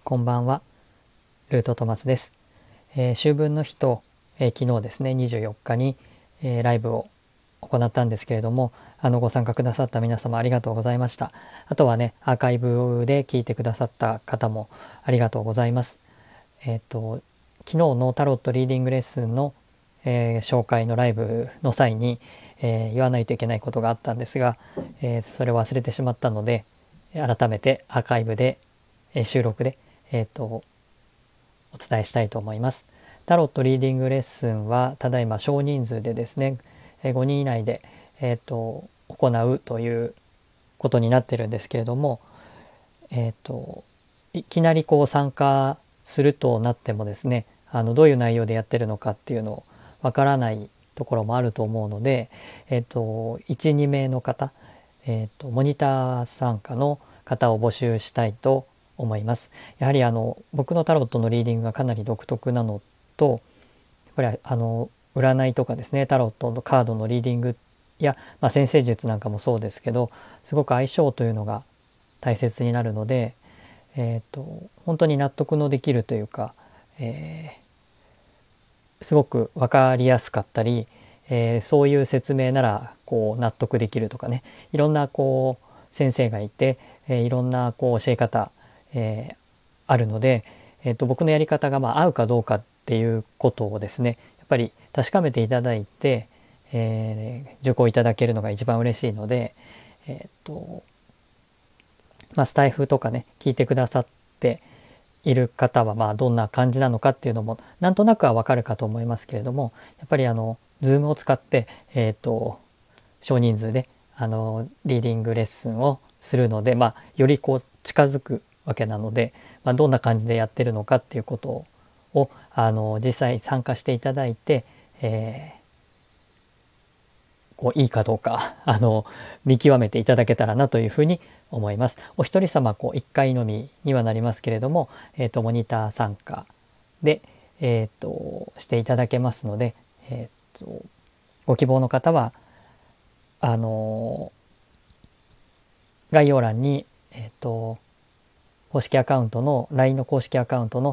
こんばんは、ルートトマスです。秋分の日と、昨日ですね24日に、ライブを行ったんですけれども、ご参加くださった皆様ありがとうございました。あとはね、アーカイブで聞いてくださった方もありがとうございます。昨日のタロットリーディングレッスンの、紹介のライブの際に、言わないといけないことがあったんですが、それを忘れてしまったので、改めてアーカイブで、収録で、お伝えしたいと思います。タロットリーディングレッスンはただいま少人数でですね、5人以内で、行うということになってるんですけれども、いきなりこう参加するとなってもですね、どういう内容でやってるのかっていうのをわからないところもあると思うので、1、2名の方、モニター参加の方を募集したいと思います。やはり僕のタロットのリーディングがかなり独特なのと、やっぱり占いとかですね、タロットのカードのリーディングや、占星術なんかもそうですけど、すごく相性というのが大切になるので、本当に納得のできるというか、すごく分かりやすかったり、そういう説明ならこう納得できるとかね、いろんなこう先生がいて、いろんなこう教え方、あるので、僕のやり方が合うかどうかっていうことをですね、やっぱり確かめていただいて、受講いただけるのが一番嬉しいので、スタイフとかね聞いてくださっている方はどんな感じなのかっていうのもなんとなくはわかるかと思いますけれども、やっぱりZoom を使って、少人数でリーディングレッスンをするので、よりこう近づくわけなので、どんな感じでやってるのかっていうことを実際参加していただいて、こういいかどうか見極めていただけたらなというふうに思います。お一人様こう1回のみにはなりますけれども、モニター参加で、していただけますので、ご希望の方は概要欄に、公式アカウントの LINE の公式アカウントの、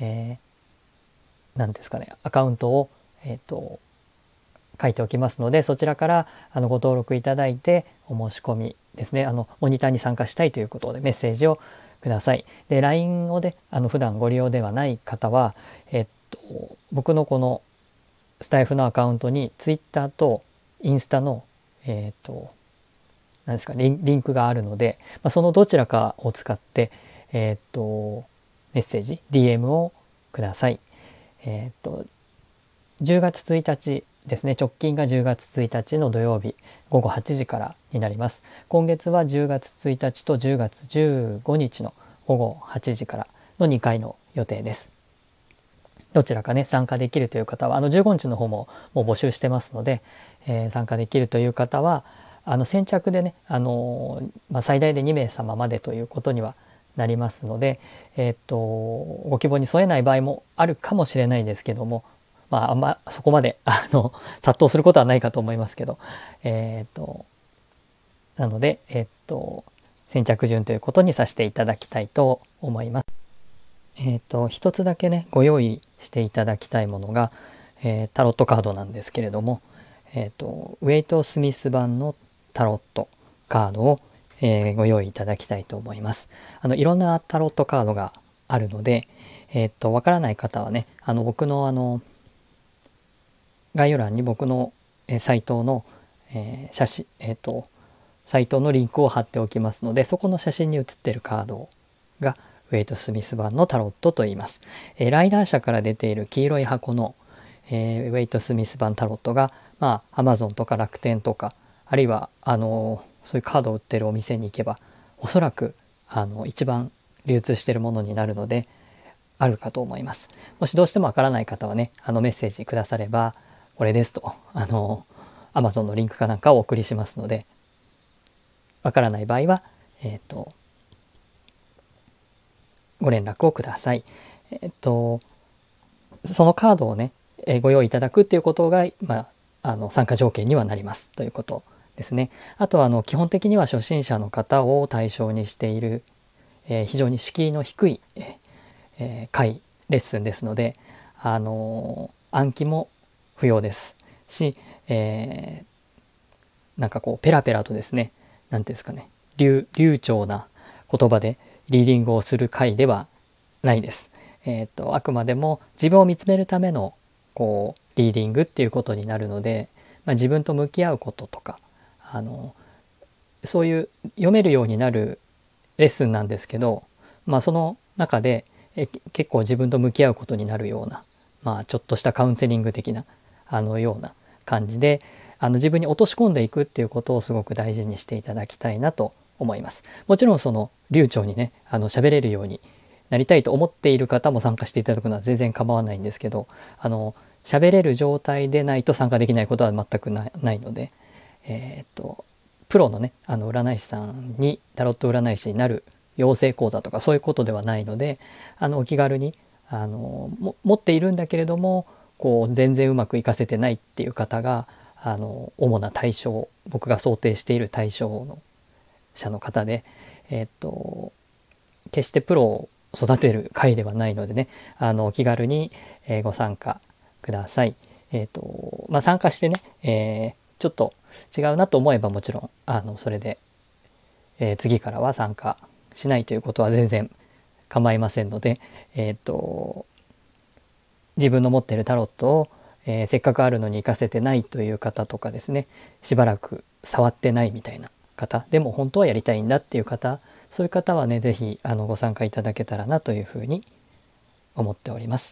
何ですかね、アカウントを、書いておきますので、そちらからご登録いただいてお申し込みですね、モニターに参加したいということでメッセージをください。で LINE を普段ご利用ではない方は、僕のこのスタイフのアカウントに Twitter とインスタの何ですかリンクがあるので、そのどちらかを使ってメッセージ DM をください。10月1日ですね、直近が10月1日の土曜日午後8時からになります。今月は10月1日と10月15日の午後8時からの2回の予定です。どちらかね参加できるという方は15日の方もう募集してますので、参加できるという方は先着でね、最大で2名様までということにはなりますので、ご希望に添えない場合もあるかもしれないですけども、あんまそこまで殺到することはないかと思いますけど、なので、先着順ということにさせていただきたいと思います。一つだけねご用意していただきたいものが、タロットカードなんですけれども、ウェイト・スミス版のタロットカードを、ご用意いただきたいと思います。いろんなタロットカードがあるので、わからない方はね僕の概要欄に僕のサイトの写真サイトのリンクを貼っておきますので、そこの写真に写っているカードがウェイト・スミス版のタロットと言います。ライダー社から出ている黄色い箱の、ウェイト・スミス版タロットがAmazon とか楽天とか、あるいはそういうカードを売ってるお店に行けばおそらく一番流通しているものになるのであるかと思います。もしどうしてもわからない方はねメッセージくださればこれですとAmazon のリンクかなんかをお送りしますので、わからない場合はご連絡をください。そのカードをねご用意いただくっていうことが、参加条件にはなりますということですね。あとは基本的には初心者の方を対象にしている、非常に敷居の低い、 回レッスンですので、暗記も不要ですし、なんかこうペラペラとですね、何ていうんですかね、流暢な言葉でリーディングをする回ではないです。あくまでも自分を見つめるためのこうリーディングっていうことになるので、自分と向き合うこととか、そういう読めるようになるレッスンなんですけど、その中で結構自分と向き合うことになるような、ちょっとしたカウンセリング的なような感じで、自分に落とし込んでいくっていうことをすごく大事にしていただきたいなと思います。もちろんその流暢にね喋れるようになりたいと思っている方も参加していただくのは全然構わないんですけど、喋れる状態でないと参加できないことは全くないので、プロのね占い師さんにタロット占い師になる養成講座とかそういうことではないので、お気軽に持っているんだけれどもこう全然うまくいかせてないっていう方が主な対象、僕が想定している対象の者の方で、決してプロを育てる会ではないのでね、お気軽にご参加ください。参加してね、ちょっと違うなと思えばもちろんそれで、次からは参加しないということは全然構いませんので、自分の持っているタロットを、せっかくあるのに活かせてないという方とかですね、しばらく触ってないみたいな方でも本当はやりたいんだっていう方、そういう方はね是非ご参加いただけたらなというふうに思っております。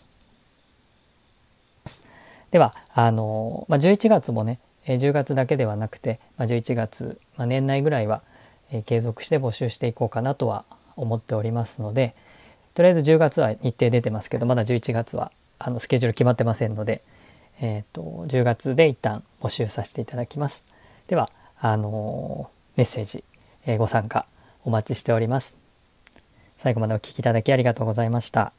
では11月もね10月だけではなくて、11月、年内ぐらいは、継続して募集していこうかなとは思っておりますので、とりあえず10月は日程出てますけど、まだ11月はスケジュール決まってませんので、10月で一旦募集させていただきます。ではメッセージ、ご参加お待ちしております。最後までお聞きいただきありがとうございました。